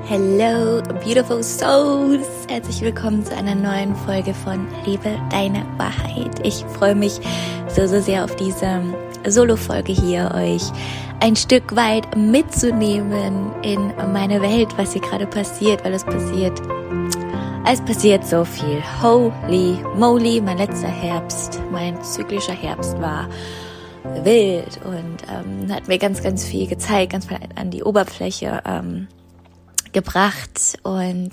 Hello, beautiful souls! Herzlich willkommen zu einer neuen Folge von Lebe deine Wahrheit. Ich freue mich so sehr auf diese Solo-Folge hier, euch ein Stück weit mitzunehmen in meine Welt, was hier gerade passiert, weil es passiert so viel. Holy moly, mein letzter Herbst, mein zyklischer Herbst war wild und hat mir ganz viel gezeigt, ganz viel an die Oberfläche gebracht und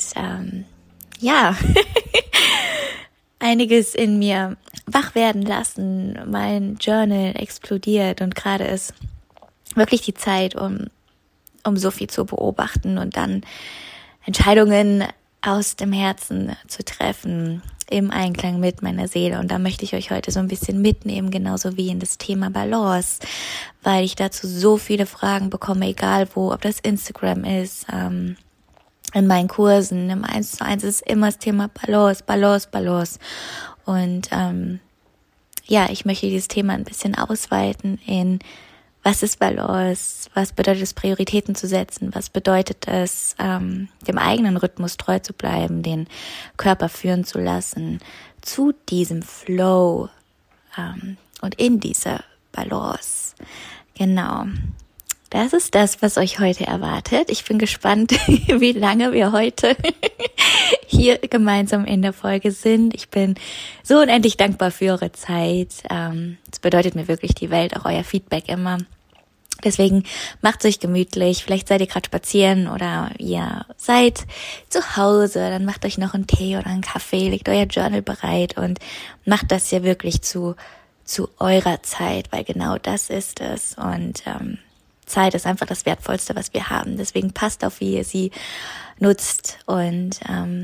einiges in mir wach werden lassen. Mein Journal explodiert und gerade ist wirklich die Zeit, um so viel zu beobachten und dann Entscheidungen aus dem Herzen zu treffen, im Einklang mit meiner Seele. Und da möchte ich euch heute so ein bisschen mitnehmen, genauso wie in das Thema Balance, weil ich dazu so viele Fragen bekomme, egal wo, ob das Instagram ist, in meinen Kursen, im 1:1 ist immer das Thema Balance. Und ich möchte dieses Thema ein bisschen ausweiten in: Was ist Balance? Was bedeutet es, Prioritäten zu setzen? Was bedeutet es, dem eigenen Rhythmus treu zu bleiben, den Körper führen zu lassen, zu diesem Flow und in dieser Balance? Genau. Das ist das, was euch heute erwartet. Ich bin gespannt, wie lange wir heute hier gemeinsam in der Folge sind. Ich bin so unendlich dankbar für eure Zeit. Es bedeutet mir wirklich die Welt, auch euer Feedback immer. Deswegen macht's euch gemütlich. Vielleicht seid ihr gerade spazieren oder ihr seid zu Hause. Dann macht euch noch einen Tee oder einen Kaffee, legt euer Journal bereit und macht das ja wirklich zu eurer Zeit, weil genau das ist es. Und Zeit ist einfach das Wertvollste, was wir haben. Deswegen passt auf, wie ihr sie nutzt und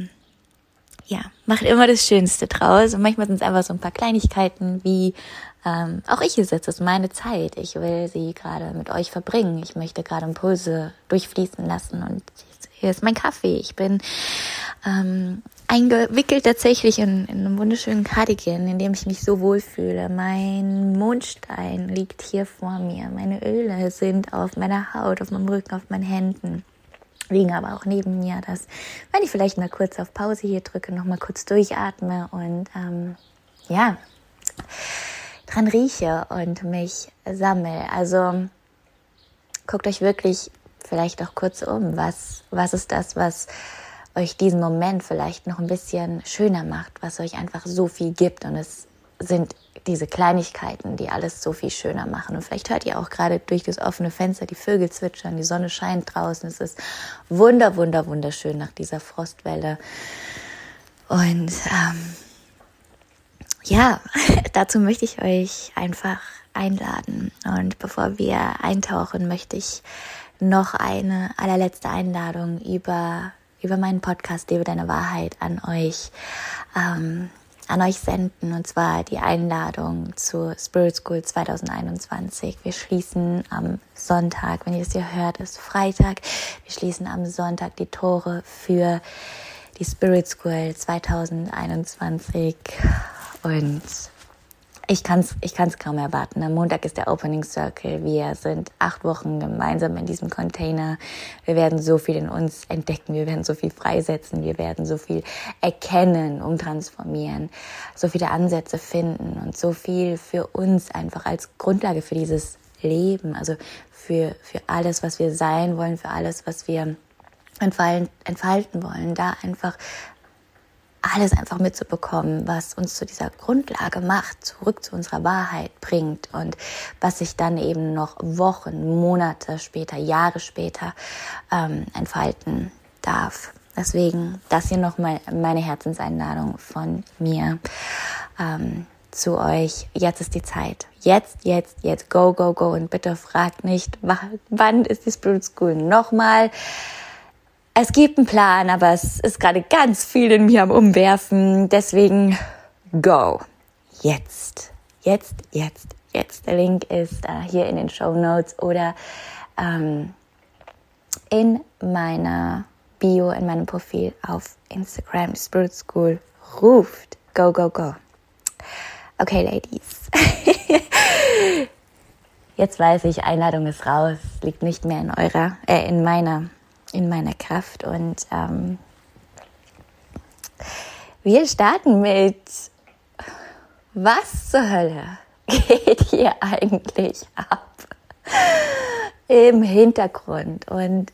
macht immer das Schönste draus. Und manchmal sind es einfach so ein paar Kleinigkeiten wie auch ich hier sitze, es ist meine Zeit. Ich will sie gerade mit euch verbringen. Ich möchte gerade Impulse durchfließen lassen und hier ist mein Kaffee. Ich bin eingewickelt tatsächlich in einem wunderschönen Cardigan, in dem ich mich so wohlfühle. Mein Mondstein liegt hier vor mir. Meine Öle sind auf meiner Haut, auf meinem Rücken, auf meinen Händen. Liegen aber auch neben mir, dass, wenn ich vielleicht mal kurz auf Pause hier drücke, noch mal kurz durchatme und dran rieche und mich sammle. Also guckt euch wirklich vielleicht auch kurz um. Was ist das, was euch diesen Moment vielleicht noch ein bisschen schöner macht, was euch einfach so viel gibt? Und es sind diese Kleinigkeiten, die alles so viel schöner machen. Und vielleicht hört ihr auch gerade durch das offene Fenster die Vögel zwitschern, die Sonne scheint draußen. Es ist wunderschön nach dieser Frostwelle. Und dazu möchte ich euch einfach einladen. Und bevor wir eintauchen, möchte ich noch eine allerletzte Einladung über meinen Podcast Lebe deine Wahrheit an euch senden. Und zwar die Einladung zur Spirit School 2021. Wir schließen am Sonntag, wenn ihr es hier hört, ist Freitag. Wir schließen am Sonntag die Tore für die Spirit School 2021. Und ich kann's kaum erwarten. Am Montag ist der Opening Circle. Wir sind 8 Wochen gemeinsam in diesem Container. Wir werden so viel in uns entdecken. Wir werden so viel freisetzen. Wir werden so viel erkennen, umtransformieren. So viele Ansätze finden und so viel für uns einfach als Grundlage für dieses Leben. Also für alles, was wir sein wollen, für alles, was wir entfalten wollen. Da einfach alles einfach mitzubekommen, was uns zu dieser Grundlage macht, zurück zu unserer Wahrheit bringt und was sich dann eben noch Wochen, Monate später, Jahre später entfalten darf. Deswegen das hier nochmal meine Herzenseinladung von mir zu euch. Jetzt ist die Zeit. Jetzt. Go. Und bitte fragt nicht, wann ist die Spirit School nochmal. Es gibt einen Plan, aber es ist gerade ganz viel in mir am Umwerfen. Deswegen go. Jetzt. Der Link ist hier in den Shownotes oder in meiner Bio, in meinem Profil auf Instagram. Spirit School ruft. Go. Okay, Ladies. Jetzt weiß ich, Einladung ist raus. Liegt nicht mehr in meiner in meiner Kraft. Und wir starten mit: Was zur Hölle geht hier eigentlich ab im Hintergrund? Und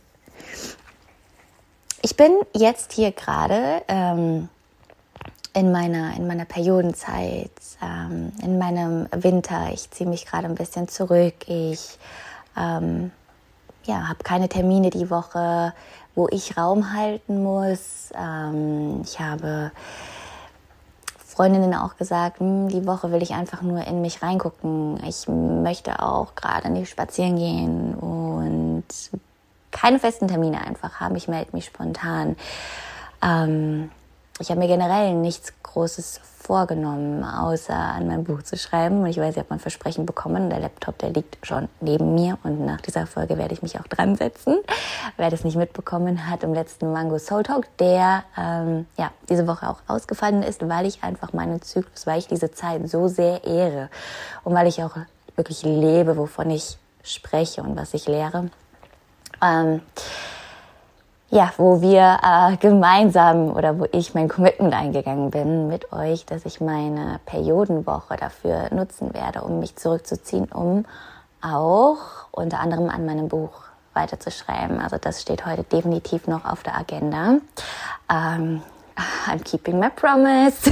ich bin jetzt hier gerade in meiner Periodenzeit, in meinem Winter. Ich ziehe mich gerade ein bisschen zurück. Ich habe keine Termine die Woche, wo ich Raum halten muss. Ich habe Freundinnen auch gesagt, die Woche will ich einfach nur in mich reingucken. Ich möchte auch gerade nicht spazieren gehen und keine festen Termine einfach haben. Ich melde mich spontan. Ich habe mir generell nichts Großes vorgenommen, außer an meinem Buch zu schreiben. Und ich weiß, ich habe mein Versprechen bekommen. Der Laptop, der liegt schon neben mir. Und nach dieser Folge werde ich mich auch dran setzen. Wer das nicht mitbekommen hat, im letzten Mango Soul Talk, der diese Woche auch ausgefallen ist, weil ich einfach meinen Zyklus, weil ich diese Zeit so sehr ehre und weil ich auch wirklich lebe, wovon ich spreche und was ich lehre. Wo wir gemeinsam oder wo ich mein Commitment eingegangen bin mit euch, dass ich meine Periodenwoche dafür nutzen werde, um mich zurückzuziehen, um auch unter anderem an meinem Buch weiterzuschreiben. Also das steht heute definitiv noch auf der Agenda. I'm keeping my promise.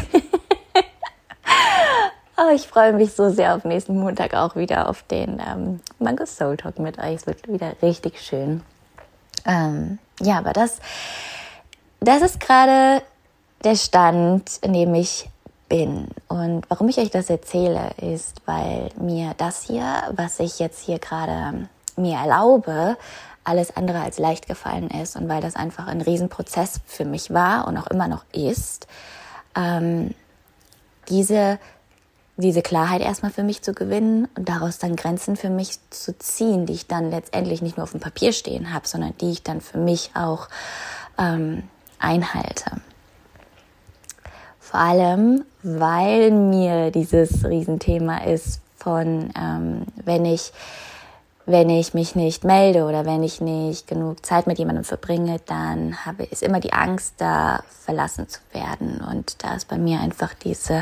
Ich freue mich so sehr auf nächsten Montag auch wieder auf den Mango Soul Talk mit euch. Es wird wieder richtig schön. Aber das ist gerade der Stand, in dem ich bin. Und warum ich euch das erzähle, ist, weil mir das hier, was ich jetzt hier gerade mir erlaube, alles andere als leicht gefallen ist und weil das einfach ein Riesenprozess für mich war und auch immer noch ist, diese Klarheit erstmal für mich zu gewinnen und daraus dann Grenzen für mich zu ziehen, die ich dann letztendlich nicht nur auf dem Papier stehen habe, sondern die ich dann für mich auch einhalte. Vor allem, weil mir dieses Riesenthema ist von, wenn ich mich nicht melde oder wenn ich nicht genug Zeit mit jemandem verbringe, dann ist immer die Angst da, verlassen zu werden. Und da ist bei mir einfach dieses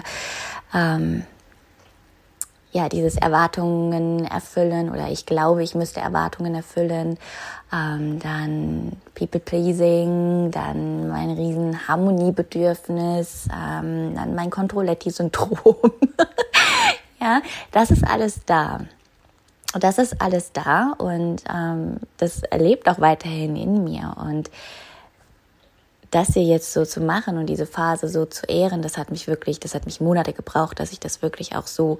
Erwartungen erfüllen oder ich glaube, ich müsste Erwartungen erfüllen, dann People-Pleasing, dann mein riesen Harmoniebedürfnis, dann mein Controletti-Syndrom. Ja, das ist alles da. Das ist alles da und das lebt auch weiterhin in mir. Und das hier jetzt so zu machen und diese Phase so zu ehren, das hat mich Monate gebraucht, dass ich das wirklich auch so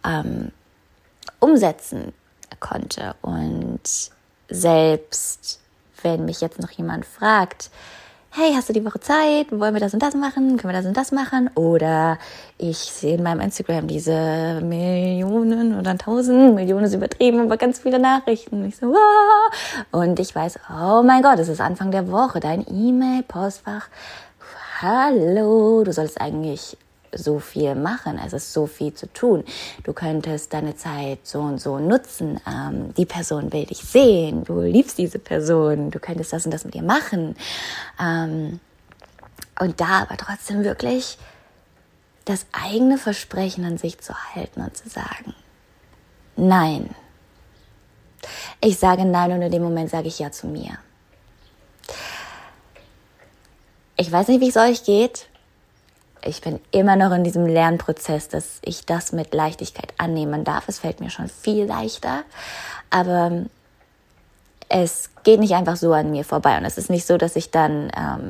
umsetzen konnte. Und selbst wenn mich jetzt noch jemand fragt, hey, hast du die Woche Zeit? Wollen wir das und das machen? Können wir das und das machen? Oder ich sehe in meinem Instagram diese Millionen oder 1000, Millionen ist übertrieben, aber ganz viele Nachrichten. Und ich so, wow. Und ich weiß, oh mein Gott, es ist Anfang der Woche, dein E-Mail-Postfach. Hallo, du sollst eigentlich so viel machen, es ist so viel zu tun. Du könntest deine Zeit so und so nutzen. Die Person will dich sehen, du liebst diese Person, du könntest das und das mit ihr machen. Und da aber trotzdem wirklich das eigene Versprechen an sich zu halten und zu sagen, nein. Ich sage nein und in dem Moment sage ich ja zu mir. Ich weiß nicht, wie es euch geht. Ich bin immer noch in diesem Lernprozess, dass ich das mit Leichtigkeit annehmen darf. Es fällt mir schon viel leichter, aber es geht nicht einfach so an mir vorbei. Und es ist nicht so, dass ich dann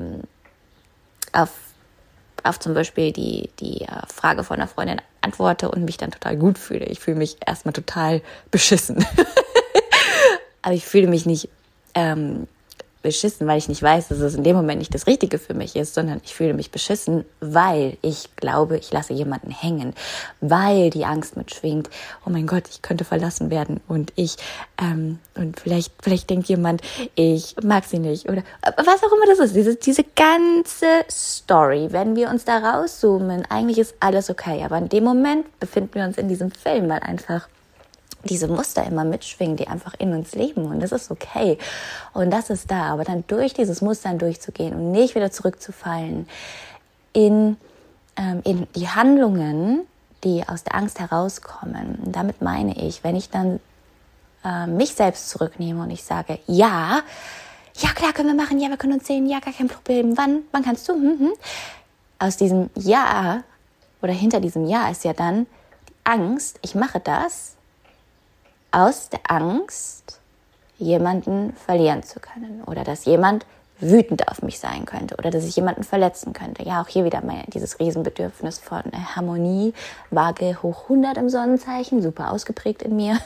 auf zum Beispiel die Frage von einer Freundin antworte und mich dann total gut fühle. Ich fühle mich erstmal total beschissen. Aber ich fühle mich nicht beschissen, weil ich nicht weiß, dass es in dem Moment nicht das Richtige für mich ist, sondern ich fühle mich beschissen, weil ich glaube, ich lasse jemanden hängen, weil die Angst mitschwingt, oh mein Gott, ich könnte verlassen werden und und vielleicht denkt jemand, ich mag sie nicht oder was auch immer das ist, diese ganze Story, wenn wir uns da rauszoomen, eigentlich ist alles okay, aber in dem Moment befinden wir uns in diesem Film, weil einfach diese Muster immer mitschwingen, die einfach in uns leben, und das ist okay und das ist da, aber dann durch dieses Muster durchzugehen und nicht wieder zurückzufallen in die Handlungen, die aus der Angst herauskommen. Und damit meine ich, wenn ich dann mich selbst zurücknehme und ich sage, ja klar können wir machen, ja wir können uns sehen, ja gar kein Problem, wann kannst du? Aus diesem Ja oder hinter diesem Ja ist ja dann die Angst, ich mache das aus der Angst, jemanden verlieren zu können oder dass jemand wütend auf mich sein könnte oder dass ich jemanden verletzen könnte. Ja, auch hier wieder dieses Riesenbedürfnis von Harmonie, Waage hoch 100 im Sonnenzeichen, super ausgeprägt in mir.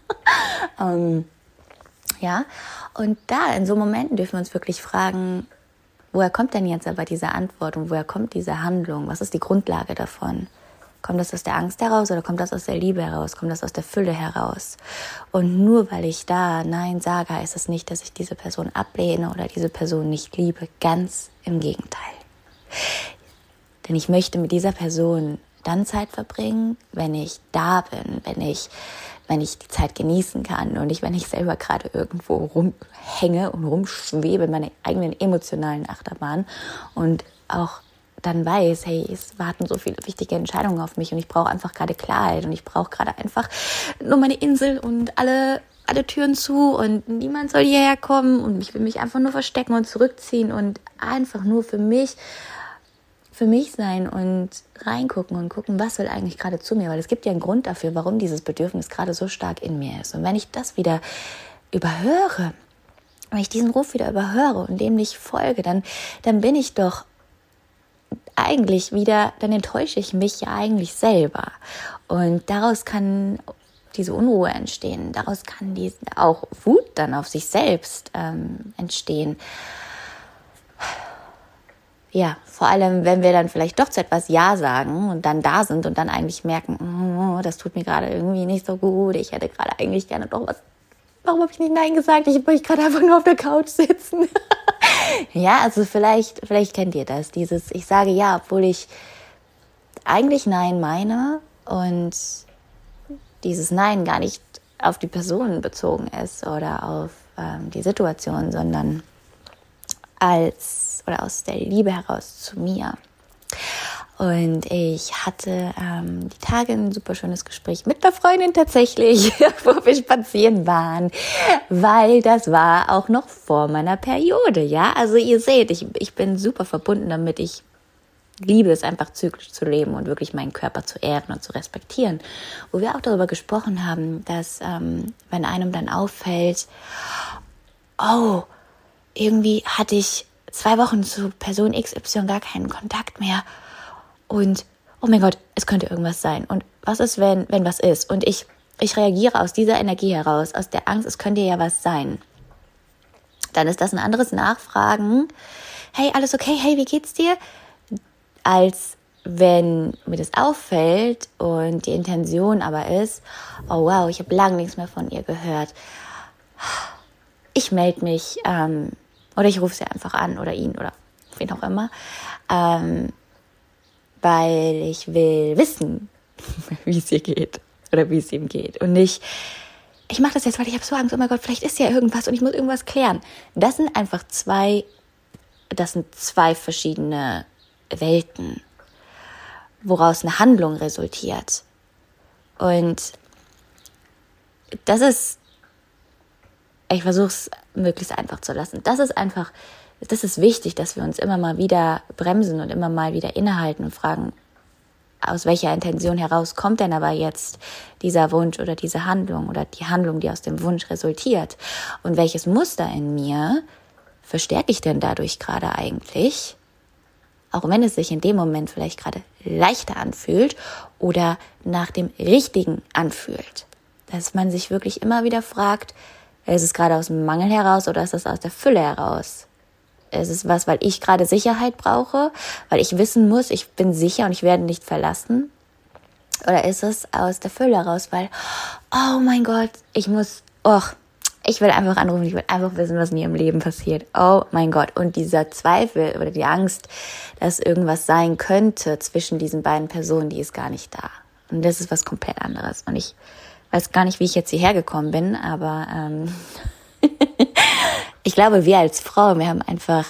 Ja, und da in so Momenten dürfen wir uns wirklich fragen, woher kommt denn jetzt aber diese Antwort und woher kommt diese Handlung? Was ist die Grundlage davon? Kommt das aus der Angst heraus oder kommt das aus der Liebe heraus? Kommt das aus der Fülle heraus? Und nur weil ich da Nein sage, heißt es nicht, dass ich diese Person ablehne oder diese Person nicht liebe. Ganz im Gegenteil. Denn ich möchte mit dieser Person dann Zeit verbringen, wenn ich da bin, wenn ich die Zeit genießen kann und nicht, wenn ich selber gerade irgendwo rumhänge und rumschwebe in meiner eigenen emotionalen Achterbahn und auch dann weiß, hey, es warten so viele wichtige Entscheidungen auf mich und ich brauche einfach gerade Klarheit und ich brauche gerade einfach nur meine Insel und alle Türen zu und niemand soll hierher kommen und ich will mich einfach nur verstecken und zurückziehen und einfach nur für mich sein und reingucken und gucken, was will eigentlich gerade zu mir, weil es gibt ja einen Grund dafür, warum dieses Bedürfnis gerade so stark in mir ist. Und wenn ich das wieder überhöre, wenn ich diesen Ruf wieder überhöre und dem nicht folge, dann bin ich doch eigentlich wieder, dann enttäusche ich mich ja eigentlich selber. Und daraus kann diese Unruhe entstehen, daraus kann auch Wut dann auf sich selbst entstehen. Ja, vor allem, wenn wir dann vielleicht doch zu etwas Ja sagen und dann da sind und dann eigentlich merken, das tut mir gerade irgendwie nicht so gut, ich hätte gerade eigentlich gerne doch was. Warum habe ich nicht Nein gesagt? Ich möchte gerade einfach nur auf der Couch sitzen. Ja, also vielleicht kennt ihr das, ich sage Ja, obwohl ich eigentlich Nein meine und dieses Nein gar nicht auf die Person bezogen ist oder auf die Situation, sondern aus der Liebe heraus zu mir. Und ich hatte die Tage ein super schönes Gespräch mit einer Freundin tatsächlich, wo wir spazieren waren, weil das war auch noch vor meiner Periode, ja. Also ihr seht, ich bin super verbunden damit, ich liebe es einfach zyklisch zu leben und wirklich meinen Körper zu ehren und zu respektieren. Wo wir auch darüber gesprochen haben, dass wenn einem dann auffällt, irgendwie hatte ich 2 Wochen zu Person XY gar keinen Kontakt mehr und oh mein Gott, es könnte irgendwas sein. Und was ist, wenn was ist? Und ich reagiere aus dieser Energie heraus, aus der Angst, es könnte ja was sein. Dann ist das ein anderes Nachfragen. Hey, alles okay? Hey, wie geht's dir? Als wenn mir das auffällt und die Intention aber ist, oh wow, ich habe lange nichts mehr von ihr gehört. Ich melde mich oder ich rufe sie einfach an oder ihn oder wen auch immer, weil ich will wissen, wie es ihr geht oder wie es ihm geht. Und nicht, ich mache das jetzt, weil ich habe so Angst, oh mein Gott, vielleicht ist ja irgendwas und ich muss irgendwas klären. Das sind zwei verschiedene Welten, woraus eine Handlung resultiert. Und das ist, ich versuche es möglichst einfach zu lassen. Das ist wichtig, dass wir uns immer mal wieder bremsen und immer mal wieder innehalten und fragen, aus welcher Intention heraus kommt denn aber jetzt dieser Wunsch oder diese Handlung oder die Handlung, die aus dem Wunsch resultiert? Und welches Muster in mir verstärke ich denn dadurch gerade eigentlich? Auch wenn es sich in dem Moment vielleicht gerade leichter anfühlt oder nach dem Richtigen anfühlt. Dass man sich wirklich immer wieder fragt, ist es gerade aus dem Mangel heraus oder ist es aus der Fülle heraus? Ist es was, weil ich gerade Sicherheit brauche, weil ich wissen muss, ich bin sicher und ich werde nicht verlassen? Oder ist es aus der Fülle heraus, weil, oh mein Gott, ich will einfach anrufen, ich will einfach wissen, was mir im Leben passiert. Oh mein Gott. Und dieser Zweifel oder die Angst, dass irgendwas sein könnte zwischen diesen beiden Personen, die ist gar nicht da. Und das ist was komplett anderes. Und ich weiß gar nicht, wie ich jetzt hierher gekommen bin, aber ich glaube, wir als Frau, wir haben einfach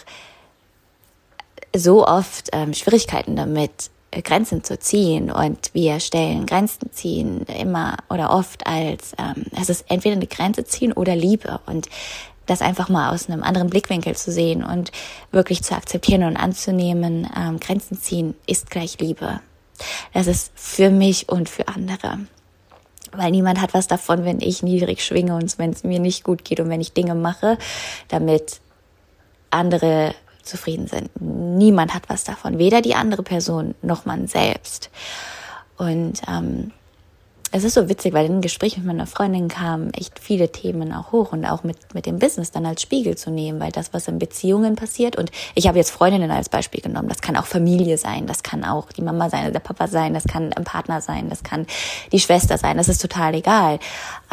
so oft Schwierigkeiten damit, Grenzen zu ziehen, und wir stellen Grenzen ziehen immer oder oft als es ist entweder eine Grenze ziehen oder Liebe, und das einfach mal aus einem anderen Blickwinkel zu sehen und wirklich zu akzeptieren und anzunehmen, Grenzen ziehen ist gleich Liebe. Das ist für mich und für andere. Weil niemand hat was davon, wenn ich niedrig schwinge und wenn es mir nicht gut geht und wenn ich Dinge mache, damit andere zufrieden sind. Niemand hat was davon, weder die andere Person noch man selbst. Und es ist so witzig, weil in einem Gespräch mit meiner Freundin kamen echt viele Themen auch hoch, und auch mit dem Business dann als Spiegel zu nehmen, weil das, was in Beziehungen passiert, und ich habe jetzt Freundinnen als Beispiel genommen, das kann auch Familie sein, das kann auch die Mama sein, der Papa sein, das kann ein Partner sein, das kann die Schwester sein, das ist total egal.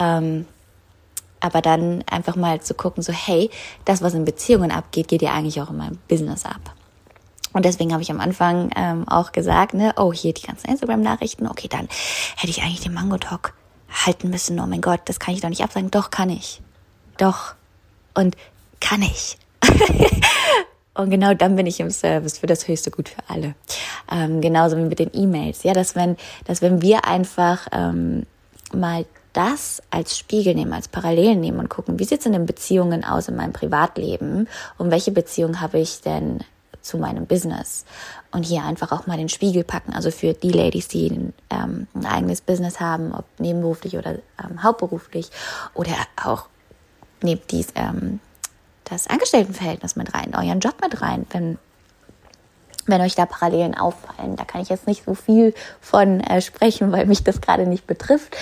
Aber dann einfach mal zu gucken, so hey, das, was in Beziehungen abgeht, geht ja eigentlich auch in meinem Business ab. Und deswegen habe ich am Anfang auch gesagt, ne, oh, hier die ganzen Instagram-Nachrichten, okay, dann hätte ich eigentlich den Mango-Talk halten müssen. Oh mein Gott, das kann ich doch nicht absagen. Doch, kann ich. Doch. Und kann ich. Und genau dann bin ich im Service für das höchste Gut für alle. Genauso wie mit den E-Mails. Ja, dass wenn wir einfach mal das als Spiegel nehmen, als Parallelen nehmen und gucken, wie sieht es in den Beziehungen aus in meinem Privatleben und welche Beziehung habe ich denn zu meinem Business, und hier einfach auch mal den Spiegel packen, also für die Ladies, die ein eigenes Business haben, ob nebenberuflich oder hauptberuflich, oder auch nehmt das Angestelltenverhältnis mit rein, euren Job mit rein, wenn euch da Parallelen auffallen. Da kann ich jetzt nicht so viel von sprechen, weil mich das gerade nicht betrifft,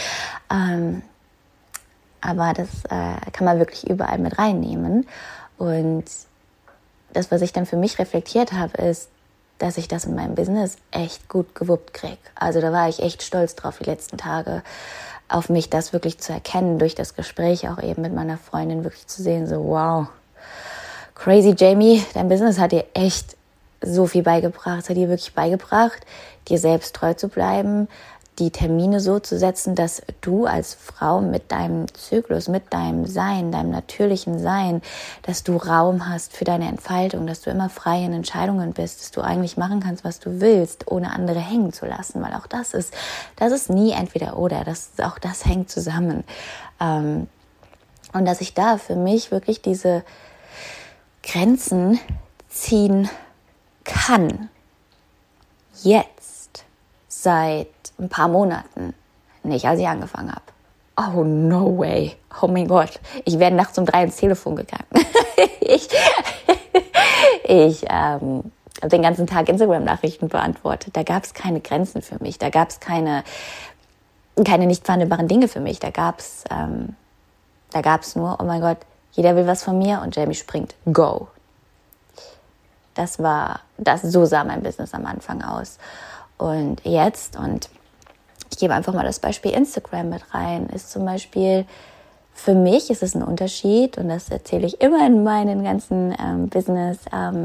aber das kann man wirklich überall mit reinnehmen. Und das, was ich dann für mich reflektiert habe, ist, dass ich das in meinem Business echt gut gewuppt kriege. Also da war ich echt stolz drauf die letzten Tage, auf mich das wirklich zu erkennen, durch das Gespräch auch eben mit meiner Freundin wirklich zu sehen, so wow, crazy Jamie, dein Business hat dir echt so viel beigebracht, es hat dir wirklich beigebracht, dir selbst treu zu bleiben, die Termine so zu setzen, dass du als Frau mit deinem Zyklus, mit deinem Sein, deinem natürlichen Sein, dass du Raum hast für deine Entfaltung, dass du immer frei in Entscheidungen bist, dass du eigentlich machen kannst, was du willst, ohne andere hängen zu lassen, weil auch das ist nie entweder oder, auch das hängt zusammen. Und dass ich da für mich wirklich diese Grenzen ziehen kann, jetzt, seit ein paar Monaten, nicht als ich angefangen habe. Oh, no way. Oh mein Gott. Ich wäre nachts um 3 ins Telefon gegangen. ich habe den ganzen Tag Instagram-Nachrichten beantwortet. Da gab es keine Grenzen für mich. Da gab es keine nicht verhandelbaren Dinge für mich. Da gab es nur, oh mein Gott, jeder will was von mir und Jamie springt. Go. So sah mein Business am Anfang aus. Und jetzt, und ich gebe einfach mal das Beispiel Instagram mit rein, ist zum Beispiel, für mich ist es ein Unterschied, und das erzähle ich immer in meinen ganzen Business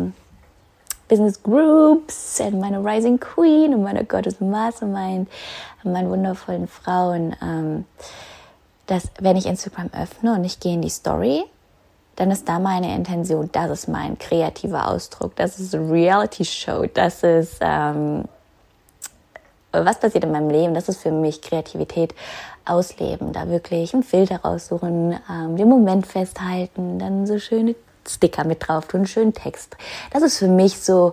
Groups, in meiner Rising Queen und meiner Goddess Mastermind, meinen wundervollen Frauen, dass wenn ich Instagram öffne und ich gehe in die Story, dann ist da meine Intention, das ist mein kreativer Ausdruck, das ist eine Reality-Show, das ist was passiert in meinem Leben, das ist für mich Kreativität ausleben, da wirklich einen Filter raussuchen, den Moment festhalten, dann so schöne Sticker mit drauf tun, einen schönen Text. Das ist für mich so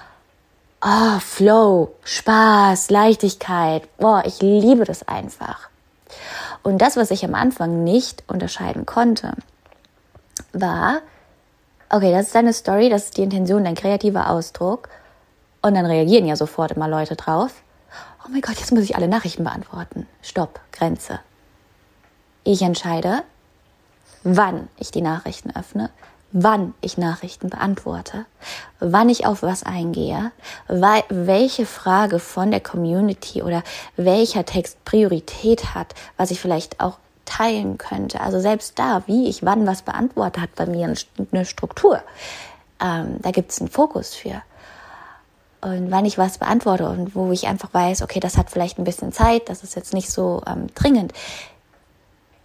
Flow, Spaß, Leichtigkeit. Ich liebe das einfach. Und das, was ich am Anfang nicht unterscheiden konnte, war, okay, das ist deine Story, das ist die Intention, dein kreativer Ausdruck. Und dann reagieren ja sofort immer Leute drauf. Oh mein Gott, jetzt muss ich alle Nachrichten beantworten. Stopp, Grenze. Ich entscheide, wann ich die Nachrichten öffne, wann ich Nachrichten beantworte, wann ich auf was eingehe, welche Frage von der Community oder welcher Text Priorität hat, was ich vielleicht auch teilen könnte. Also selbst da, wie ich wann was beantworte, hat bei mir eine Struktur. Da gibt es einen Fokus für. Und wann ich was beantworte und wo ich einfach weiß, okay, das hat vielleicht ein bisschen Zeit, das ist jetzt nicht so dringend.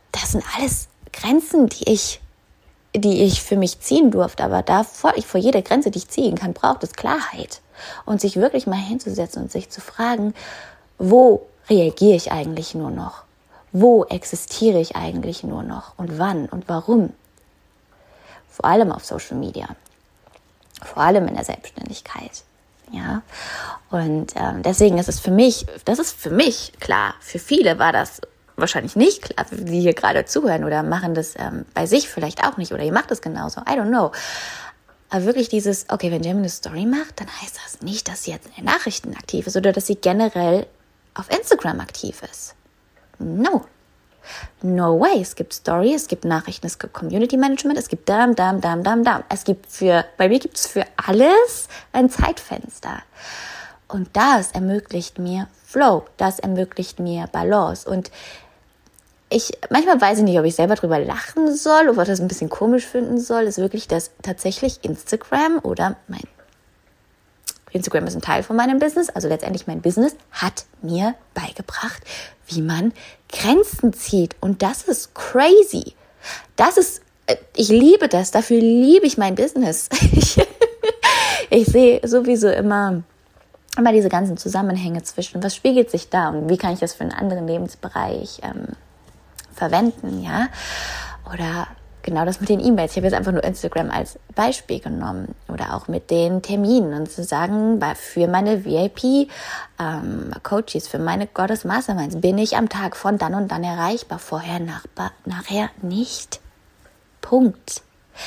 das sind alles Grenzen, die ich für mich ziehen durfte. Aber vor jeder Grenze, die ich ziehen kann, braucht es Klarheit. Und sich wirklich mal hinzusetzen und sich zu fragen, wo reagiere ich eigentlich nur noch? Wo existiere ich eigentlich nur noch? Und wann und warum? Vor allem auf Social Media. Vor allem in der Selbstständigkeit. Ja, und deswegen ist es für mich, das ist für mich klar. Für viele war das wahrscheinlich nicht klar, die hier gerade zuhören oder machen das bei sich vielleicht auch nicht oder ihr macht es genauso. I don't know. Aber wirklich dieses, okay, wenn Jamie eine Story macht, dann heißt das nicht, dass sie jetzt in den Nachrichten aktiv ist oder dass sie generell auf Instagram aktiv ist. No. No way. Es gibt Story, es gibt Nachrichten, es gibt Community Management, es gibt Dam. Bei mir gibt es für alles ein Zeitfenster. Und das ermöglicht mir Flow, das ermöglicht mir Balance. Und manchmal weiß ich nicht, ob ich selber drüber lachen soll oder das ein bisschen komisch finden soll, ist wirklich, dass tatsächlich Instagram Instagram ist ein Teil von meinem Business, also letztendlich mein Business hat mir beigebracht, wie man Grenzen zieht. Und das ist crazy. Ich liebe das, dafür liebe ich mein Business. Ich sehe sowieso immer diese ganzen Zusammenhänge zwischen, was spiegelt sich da und wie kann ich das für einen anderen Lebensbereich verwenden, ja? Oder genau das mit den E-Mails. Ich habe jetzt einfach nur Instagram als Beispiel genommen oder auch mit den Terminen und zu sagen, für meine VIP-Coaches, für meine Goddess Masterminds bin ich am Tag von dann und dann erreichbar, vorher, nachher nicht. Punkt.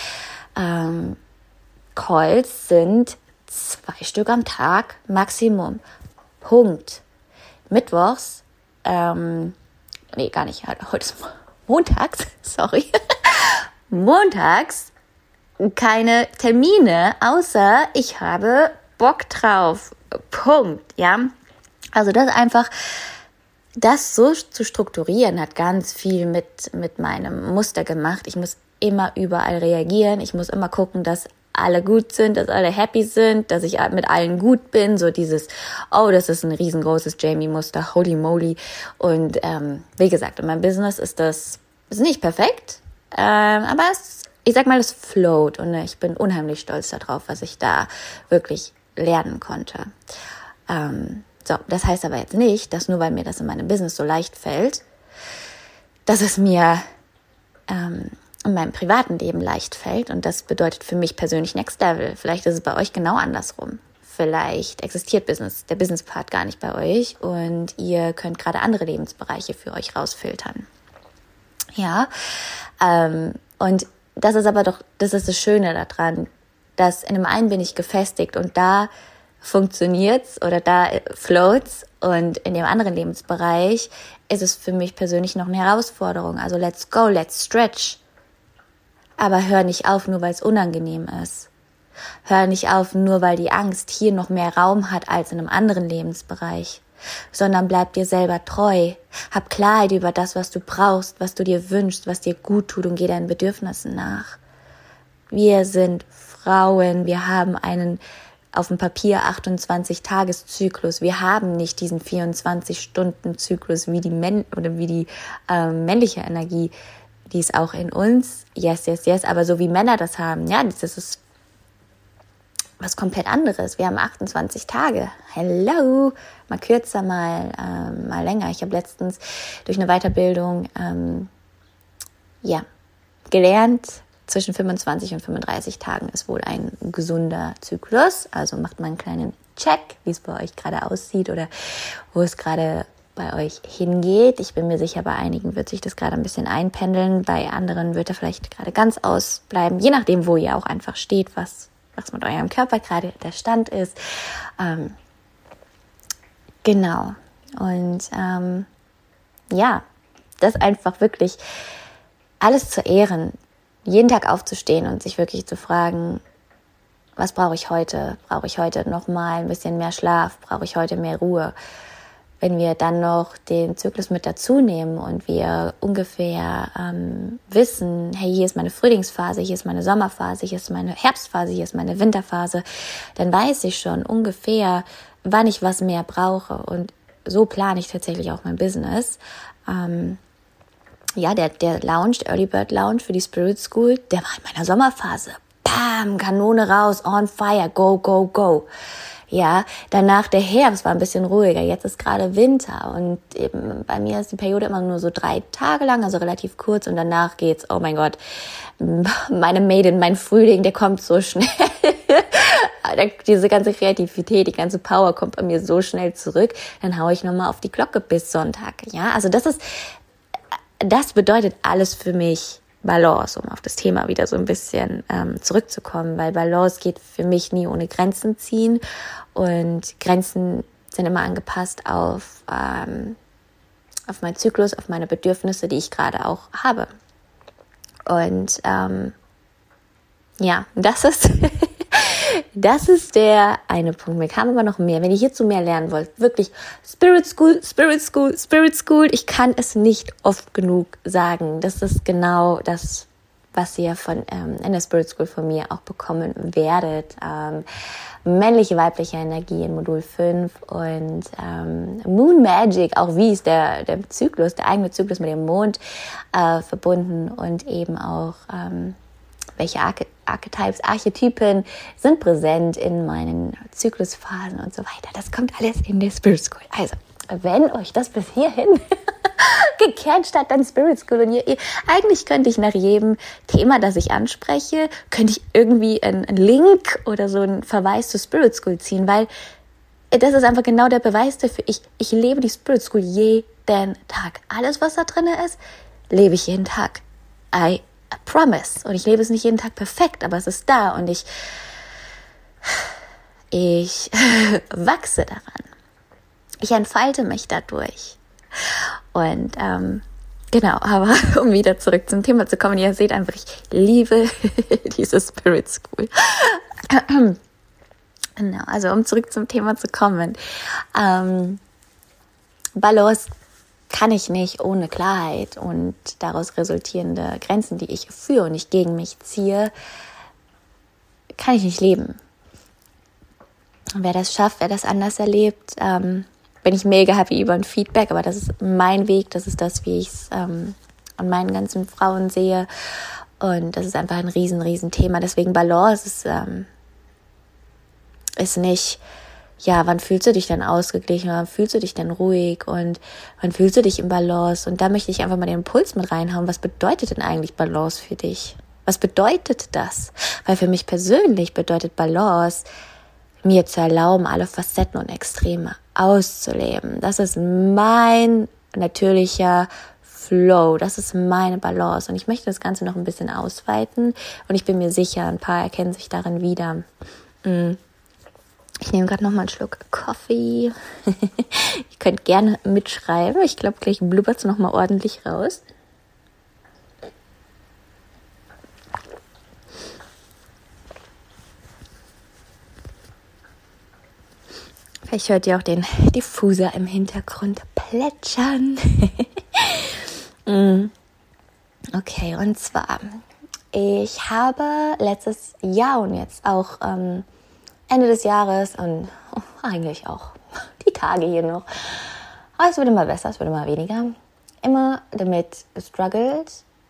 Calls sind 2 Stück am Tag Maximum. Punkt. Mittwochs, gar nicht, heute ist montags, sorry. Montags keine Termine, außer ich habe Bock drauf. Punkt, ja. Also das so zu strukturieren, hat ganz viel mit meinem Muster gemacht. Ich muss immer überall reagieren. Ich muss immer gucken, dass alle gut sind, dass alle happy sind, dass ich mit allen gut bin. So dieses, das ist ein riesengroßes Jamie-Muster, holy moly. Und wie gesagt, in meinem Business ist nicht perfekt. Aber ich sag mal, es float und ich bin unheimlich stolz darauf, was ich da wirklich lernen konnte. Das heißt aber jetzt nicht, dass nur weil mir das in meinem Business so leicht fällt, dass es mir in meinem privaten Leben leicht fällt. Und das bedeutet für mich persönlich Next Level. Vielleicht ist es bei euch genau andersrum. Vielleicht existiert der Business-Part gar nicht bei euch und ihr könnt gerade andere Lebensbereiche für euch rausfiltern. Ja, und das ist das Schöne daran, dass in dem einen bin ich gefestigt und da funktioniert's oder da floats und in dem anderen Lebensbereich ist es für mich persönlich noch eine Herausforderung. Also let's go, let's stretch. Aber hör nicht auf, nur weil es unangenehm ist. Hör nicht auf, nur weil die Angst hier noch mehr Raum hat als in einem anderen Lebensbereich. Sondern bleib dir selber treu. Hab Klarheit über das, was du brauchst, was du dir wünschst, was dir gut tut und geh deinen Bedürfnissen nach. Wir sind Frauen, wir haben einen auf dem Papier 28-Tages-Zyklus. Wir haben nicht diesen 24-Stunden-Zyklus wie die männliche Energie, die ist auch in uns. Yes, aber so wie Männer das haben, ja, das ist was komplett anderes. Wir haben 28 Tage. Hello! Mal kürzer, mal länger. Ich habe letztens durch eine Weiterbildung gelernt, zwischen 25 und 35 Tagen ist wohl ein gesunder Zyklus. Also macht mal einen kleinen Check, wie es bei euch gerade aussieht oder wo es gerade bei euch hingeht. Ich bin mir sicher, bei einigen wird sich das gerade ein bisschen einpendeln. Bei anderen wird er vielleicht gerade ganz ausbleiben. Je nachdem, wo ihr auch einfach steht, was mit eurem Körper gerade der Stand ist. Genau. Und das einfach wirklich alles zu ehren, jeden Tag aufzustehen und sich wirklich zu fragen, was brauche ich heute? Brauche ich heute nochmal ein bisschen mehr Schlaf? Brauche ich heute mehr Ruhe? Wenn wir dann noch den Zyklus mit dazu nehmen und wir ungefähr wissen, hey, hier ist meine Frühlingsphase, hier ist meine Sommerphase, hier ist meine Herbstphase, hier ist meine Winterphase, dann weiß ich schon ungefähr, wann ich was mehr brauche. Und so plane ich tatsächlich auch mein Business. der Lounge, der Early Bird Lounge für die Spirit School, der war in meiner Sommerphase. Bam, Kanone raus, on fire, go, go, go. Ja, danach der Herbst war ein bisschen ruhiger. Jetzt ist gerade Winter und eben bei mir ist die Periode immer nur so 3 Tage lang, also relativ kurz und danach geht's, oh mein Gott, meine Maiden, mein Frühling, der kommt so schnell. Diese ganze Kreativität, die ganze Power kommt bei mir so schnell zurück. Dann haue ich nochmal auf die Glocke bis Sonntag. Ja, also das bedeutet alles für mich Balance, um auf das Thema wieder so ein bisschen zurückzukommen, weil Balance geht für mich nie ohne Grenzen ziehen und Grenzen sind immer angepasst auf meinen Zyklus, auf meine Bedürfnisse, die ich gerade auch habe. Und das ist der eine Punkt. Mir kam aber noch mehr. Wenn ihr hierzu mehr lernen wollt, wirklich Spirit School. Ich kann es nicht oft genug sagen. Das ist genau das, was ihr in der Spirit School von mir auch bekommen werdet. Männliche, weibliche Energie in Modul 5 und Moon Magic, auch wie ist der Zyklus, der eigene Zyklus mit dem Mond verbunden und eben auch welche Archetypen sind präsent in meinen Zyklusphasen und so weiter. Das kommt alles in der Spirit School. Also, wenn euch das bis hierhin gecatcht hat, dann Spirit School. Und eigentlich könnte ich nach jedem Thema, das ich anspreche, könnte ich irgendwie einen Link oder so einen Verweis zur Spirit School ziehen, weil das ist einfach genau der Beweis dafür. Ich lebe die Spirit School jeden Tag. Alles, was da drin ist, lebe ich jeden Tag. I promise. Und ich lebe es nicht jeden Tag perfekt, aber es ist da und ich wachse daran. Ich entfalte mich dadurch. Und genau, aber um wieder zurück zum Thema zu kommen, ihr seht einfach, ich liebe diese Spirit School. Genau, also um zurück zum Thema zu kommen. Balance kann ich nicht ohne Klarheit und daraus resultierende Grenzen, die ich für und nicht gegen mich ziehe, kann ich nicht leben. Und wer das schafft, wer das anders erlebt, bin ich mega happy über ein Feedback, aber das ist mein Weg, das ist das, wie ich es an meinen ganzen Frauen sehe und das ist einfach ein riesen Thema. Deswegen Balance ist nicht, ja, wann fühlst du dich denn ausgeglichen, wann fühlst du dich denn ruhig und wann fühlst du dich im Balance? Und da möchte ich einfach mal den Impuls mit reinhauen. Was bedeutet denn eigentlich Balance für dich? Was bedeutet das? Weil für mich persönlich bedeutet Balance, mir zu erlauben, alle Facetten und Extreme auszuleben. Das ist mein natürlicher Flow, das ist meine Balance. Und ich möchte das Ganze noch ein bisschen ausweiten und ich bin mir sicher, ein paar erkennen sich darin wieder. Ich nehme gerade noch mal einen Schluck Kaffee. Ihr könnt gerne mitschreiben. Ich glaube, gleich blubbert es noch mal ordentlich raus. Vielleicht hört ihr auch den Diffuser im Hintergrund plätschern. Okay, und zwar, ich habe letztes Jahr und jetzt auch Ende des Jahres und eigentlich auch die Tage hier noch, aber es wird immer besser, es wird immer weniger, immer damit gestruggelt,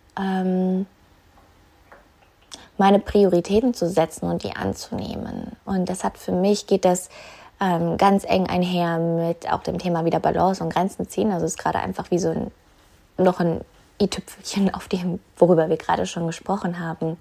meine Prioritäten zu setzen und die anzunehmen. Und das hat für mich, geht das ganz eng einher mit auch dem Thema wieder Balance und Grenzen ziehen. Also es ist gerade einfach wie so noch ein i-Tüpfelchen auf dem, worüber wir gerade schon gesprochen haben.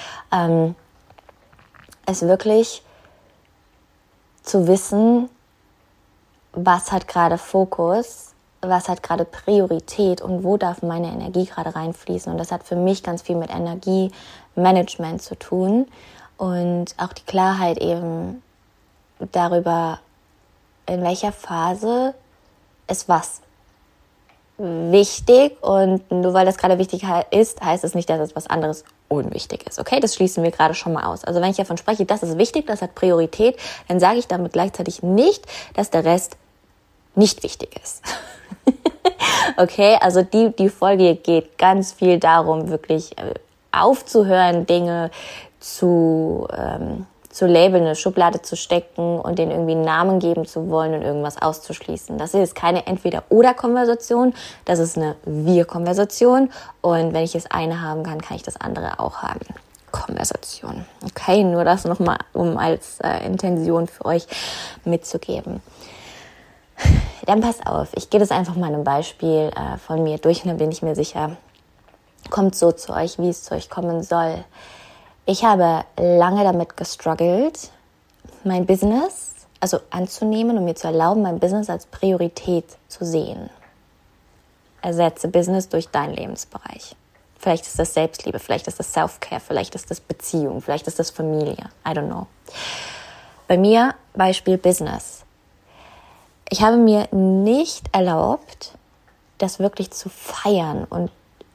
Es wirklich zu wissen, was hat gerade Fokus, was hat gerade Priorität und wo darf meine Energie gerade reinfließen. Und das hat für mich ganz viel mit Energiemanagement zu tun und auch die Klarheit eben darüber, in welcher Phase ist was wichtig und nur weil das gerade wichtig ist, heißt es nicht, dass es was anderes unwichtig ist. Okay, das schließen wir gerade schon mal aus. Also wenn ich davon spreche, das ist wichtig, das hat Priorität, dann sage ich damit gleichzeitig nicht, dass der Rest nicht wichtig ist. Okay, also die Folge geht ganz viel darum, wirklich aufzuhören, Dinge zu zu labeln, eine Schublade zu stecken und denen irgendwie einen Namen geben zu wollen und irgendwas auszuschließen. Das ist keine Entweder-oder-Konversation, das ist eine Wir-Konversation. Und wenn ich das eine haben kann, kann ich das andere auch haben. Konversation. Okay, nur das nochmal, um als Intention für euch mitzugeben. Dann passt auf, ich gehe das einfach mal einem Beispiel von mir durch und dann bin ich mir sicher, kommt so zu euch, wie es zu euch kommen soll. Ich habe lange damit gestruggelt, mein Business anzunehmen und mir zu erlauben, mein Business als Priorität zu sehen. Ersetze Business durch deinen Lebensbereich. Vielleicht ist das Selbstliebe, vielleicht ist das Self-Care, vielleicht ist das Beziehung, vielleicht ist das Familie. I don't know. Bei mir, Beispiel Business. Ich habe mir nicht erlaubt, das wirklich zu feiern und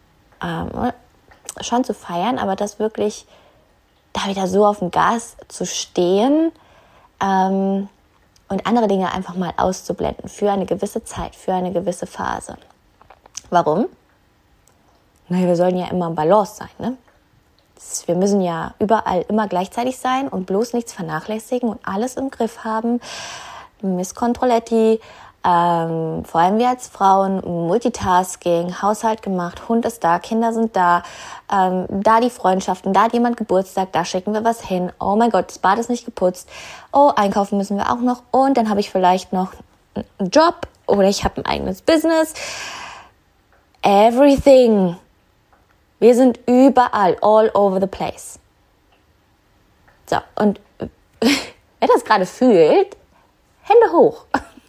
schon zu feiern, aber das wirklich da wieder so auf dem Gas zu stehen und andere Dinge einfach mal auszublenden für eine gewisse Zeit, für eine gewisse Phase. Warum? Naja, wir sollen ja immer im Balance sein, ne? Wir müssen ja überall immer gleichzeitig sein und bloß nichts vernachlässigen und alles im Griff haben. Miss Controletti, vor allem wir als Frauen, Multitasking, Haushalt gemacht, Hund ist da, Kinder sind da, da die Freundschaften, da hat jemand Geburtstag, da schicken wir was hin. Oh mein Gott, das Bad ist nicht geputzt. Oh, einkaufen müssen wir auch noch. Und dann habe ich vielleicht noch einen Job oder ich habe ein eigenes Business. Everything. Wir sind überall, all over the place. So, und wer das gerade fühlt, Hände hoch.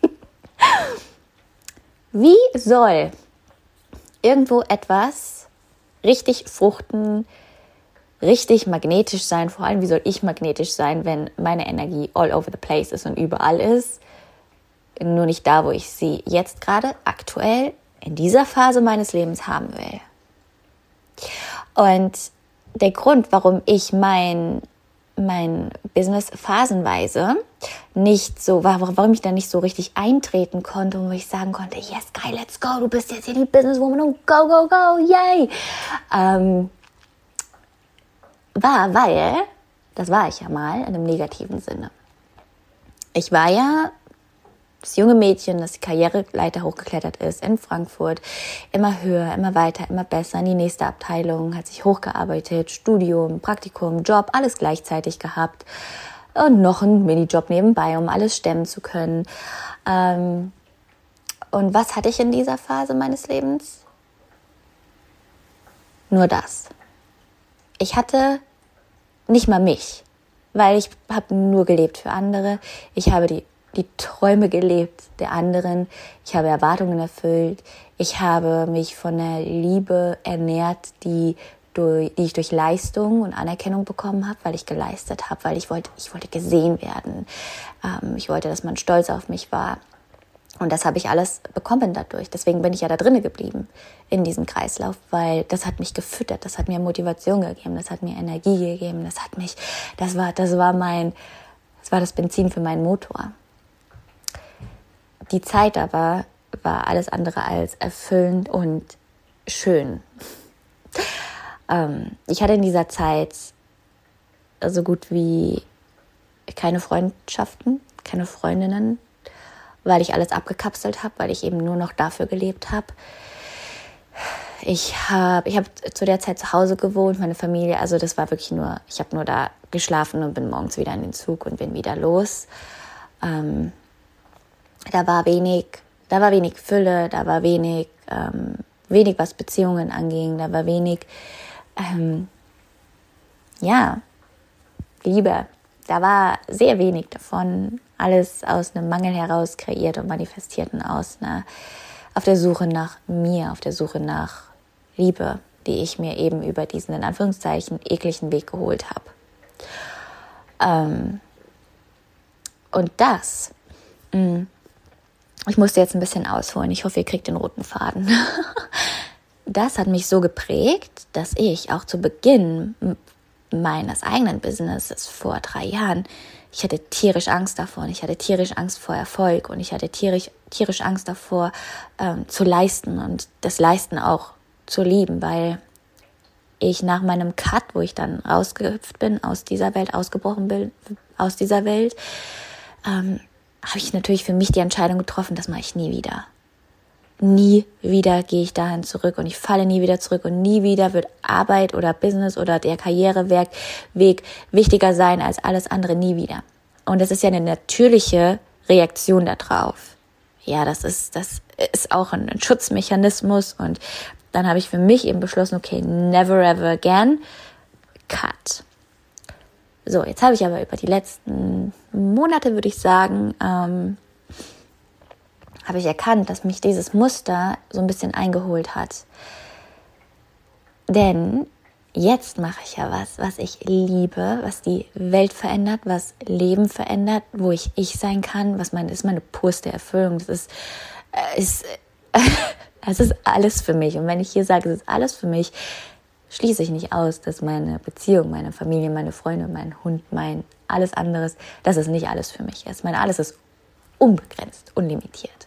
Wie soll irgendwo etwas richtig fruchten, richtig magnetisch sein? Vor allem, wie soll ich magnetisch sein, wenn meine Energie all over the place ist und überall ist? Nur nicht da, wo ich sie jetzt gerade aktuell in dieser Phase meines Lebens haben will. Und der Grund, warum ich mein Business phasenweise nicht so war, warum ich da nicht so richtig eintreten konnte und wo ich sagen konnte, yes, geil, let's go, du bist jetzt hier die Businesswoman und go, go, go, yay, weil, das war ich ja mal in einem negativen Sinne. Ich war ja das junge Mädchen, das die Karriereleiter hochgeklettert ist in Frankfurt, immer höher, immer weiter, immer besser in die nächste Abteilung, hat sich hochgearbeitet, Studium, Praktikum, Job, alles gleichzeitig gehabt und noch einen Minijob nebenbei, um alles stemmen zu können. Und was hatte ich in dieser Phase meines Lebens? Nur das. Ich hatte nicht mal mich, weil ich habe nur gelebt für andere. Ich habe die Träume gelebt der anderen. Ich habe Erwartungen erfüllt. Ich habe mich von der Liebe ernährt, die ich durch Leistung und Anerkennung bekommen habe, weil ich geleistet habe, weil ich wollte gesehen werden. Ich wollte, dass man stolz auf mich war. Und das habe ich alles bekommen dadurch. Deswegen bin ich ja da drinnen geblieben in diesem Kreislauf, weil das hat mich gefüttert, das hat mir Motivation gegeben, das hat mir Energie gegeben, das war das Benzin für meinen Motor. Die Zeit aber war alles andere als erfüllend und schön. Ich hatte in dieser Zeit so gut wie keine Freundschaften, keine Freundinnen, weil ich alles abgekapselt habe, weil ich eben nur noch dafür gelebt habe. Ich habe zu der Zeit zu Hause gewohnt, meine Familie, also das war wirklich nur, ich habe nur da geschlafen und bin morgens wieder in den Zug und bin wieder los. Da war wenig Fülle, da war wenig, was Beziehungen anging, da war wenig, Liebe. Da war sehr wenig davon, alles aus einem Mangel heraus kreiert und manifestiert und auf der Suche nach mir, auf der Suche nach Liebe, die ich mir eben über diesen, in Anführungszeichen, ekligen Weg geholt habe. Und das, ich musste jetzt ein bisschen ausholen, ich hoffe, ihr kriegt den roten Faden. Das hat mich so geprägt, dass ich auch zu Beginn meines eigenen Businesses vor 3 Jahren, ich hatte tierisch Angst davor und ich hatte tierisch Angst vor Erfolg und ich hatte tierisch Angst davor, zu leisten und das Leisten auch zu lieben, weil ich nach meinem Cut, wo ich dann rausgehüpft bin, aus dieser Welt ausgebrochen aus dieser Welt, habe ich natürlich für mich die Entscheidung getroffen, das mache ich nie wieder. Nie wieder gehe ich dahin zurück und ich falle nie wieder zurück und nie wieder wird Arbeit oder Business oder der Karriereweg wichtiger sein als alles andere, nie wieder. Und das ist ja eine natürliche Reaktion darauf. Ja, das ist auch ein Schutzmechanismus und dann habe ich für mich eben beschlossen, okay, never ever again, cut. So, jetzt habe ich aber über die letzten Monate, würde ich sagen, habe ich erkannt, dass mich dieses Muster so ein bisschen eingeholt hat. Denn jetzt mache ich ja was ich liebe, was die Welt verändert, was Leben verändert, wo ich sein kann, ist meine purste Erfüllung. Das ist alles für mich. Und wenn ich hier sage, es ist alles für mich, schließe ich nicht aus, dass meine Beziehung, meine Familie, meine Freunde, mein Hund, mein alles anderes, dass es nicht alles für mich ist. Mein alles ist unbegrenzt, unlimitiert.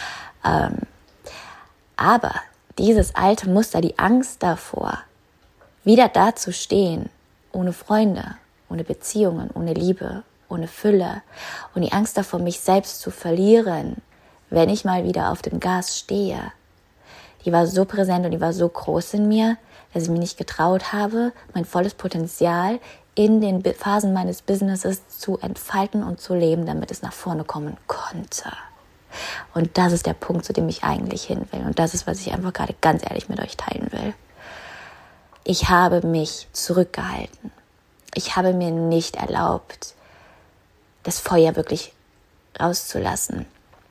Aber dieses alte Muster, die Angst davor, wieder da zu stehen, ohne Freunde, ohne Beziehungen, ohne Liebe, ohne Fülle und die Angst davor, mich selbst zu verlieren, wenn ich mal wieder auf dem Gas stehe, die war so präsent und die war so groß in mir, dass ich mich nicht getraut habe, mein volles Potenzial in den Phasen meines Businesses zu entfalten und zu leben, damit es nach vorne kommen konnte. Und das ist der Punkt, zu dem ich eigentlich hin will. Und das ist, was ich einfach gerade ganz ehrlich mit euch teilen will. Ich habe mich zurückgehalten. Ich habe mir nicht erlaubt, das Feuer wirklich rauszulassen.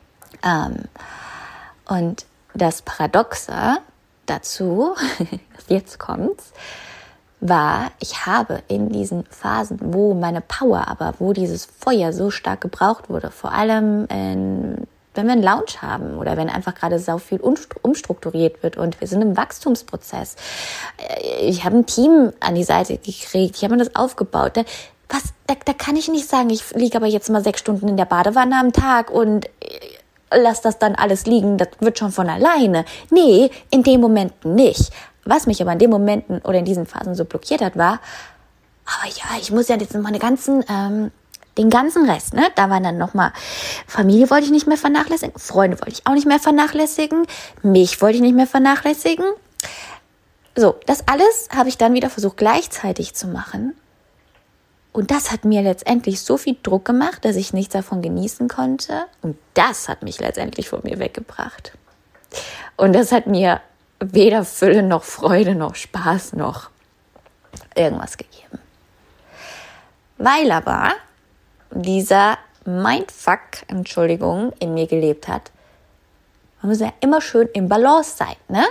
Und das Paradoxe dazu, jetzt kommt's, war, ich habe in diesen Phasen, wo meine Power, aber wo dieses Feuer so stark gebraucht wurde, vor allem wenn wir einen Lounge haben oder wenn einfach gerade so viel umstrukturiert wird und wir sind im Wachstumsprozess. Ich habe ein Team an die Seite gekriegt, ich habe mir das aufgebaut. Da kann ich nicht sagen, ich liege aber jetzt mal 6 Stunden in der Badewanne am Tag und lass das dann alles liegen, das wird schon von alleine. Nee, in dem Moment nicht. Was mich aber in den Momenten oder in diesen Phasen so blockiert hat, war, aber ja, ich muss ja jetzt nochmal den ganzen Rest, ne? Da waren dann nochmal, Familie wollte ich nicht mehr vernachlässigen, Freunde wollte ich auch nicht mehr vernachlässigen, mich wollte ich nicht mehr vernachlässigen. So, das alles habe ich dann wieder versucht gleichzeitig zu machen. Und das hat mir letztendlich so viel Druck gemacht, dass ich nichts davon genießen konnte. Und das hat mich letztendlich von mir weggebracht. Und das hat mir weder Fülle noch Freude noch Spaß noch irgendwas gegeben. Weil aber dieser Mindfuck, in mir gelebt hat, man muss ja immer schön im Balance sein, ne?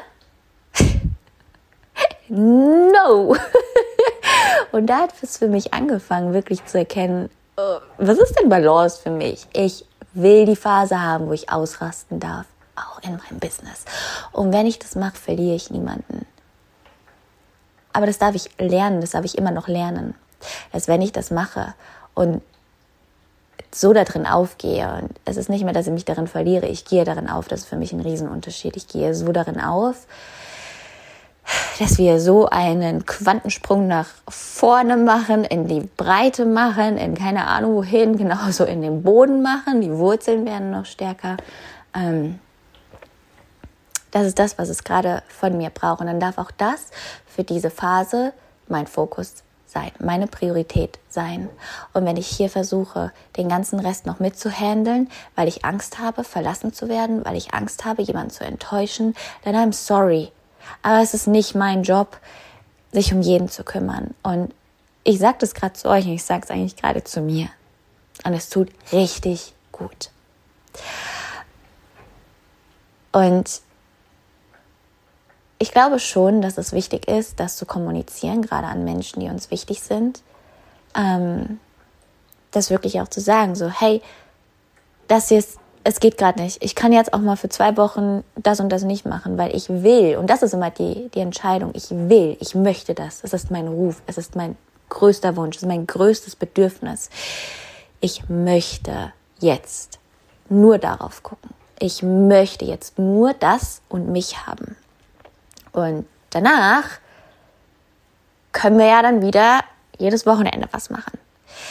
No! Und da hat es für mich angefangen, wirklich zu erkennen, was ist denn Balance für mich? Ich will die Phase haben, wo ich ausrasten darf, auch in meinem Business. Und wenn ich das mache, verliere ich niemanden. Aber das darf ich lernen, das darf ich immer noch lernen. Dass wenn ich das mache und so da drin aufgehe, und es ist nicht mehr, dass ich mich darin verliere, ich gehe darin auf, das ist für mich ein Riesenunterschied. Ich gehe so darin auf, dass wir so einen Quantensprung nach vorne machen, in die Breite machen, in keine Ahnung wohin, genauso in den Boden machen, die Wurzeln werden noch stärker. Das ist das, was es gerade von mir braucht. Und dann darf auch das für diese Phase mein Fokus sein, meine Priorität sein. Und wenn ich hier versuche, den ganzen Rest noch mitzuhandeln, weil ich Angst habe, verlassen zu werden, weil ich Angst habe, jemanden zu enttäuschen, dann I'm sorry. Aber es ist nicht mein Job, sich um jeden zu kümmern. Und ich sage das gerade zu euch und ich sage es eigentlich gerade zu mir. Und es tut richtig gut. Und ich glaube schon, dass es wichtig ist, das zu kommunizieren, gerade an Menschen, die uns wichtig sind. Das wirklich auch zu sagen, so, hey, das hier ist, es geht gerade nicht. Ich kann jetzt auch mal für 2 Wochen das und das nicht machen, weil ich will. Und das ist immer die Entscheidung. Ich will, ich möchte das. Es ist mein Ruf, es ist mein größter Wunsch, es ist mein größtes Bedürfnis. Ich möchte jetzt nur darauf gucken. Ich möchte jetzt nur das und mich haben. Und danach können wir ja dann wieder jedes Wochenende was machen.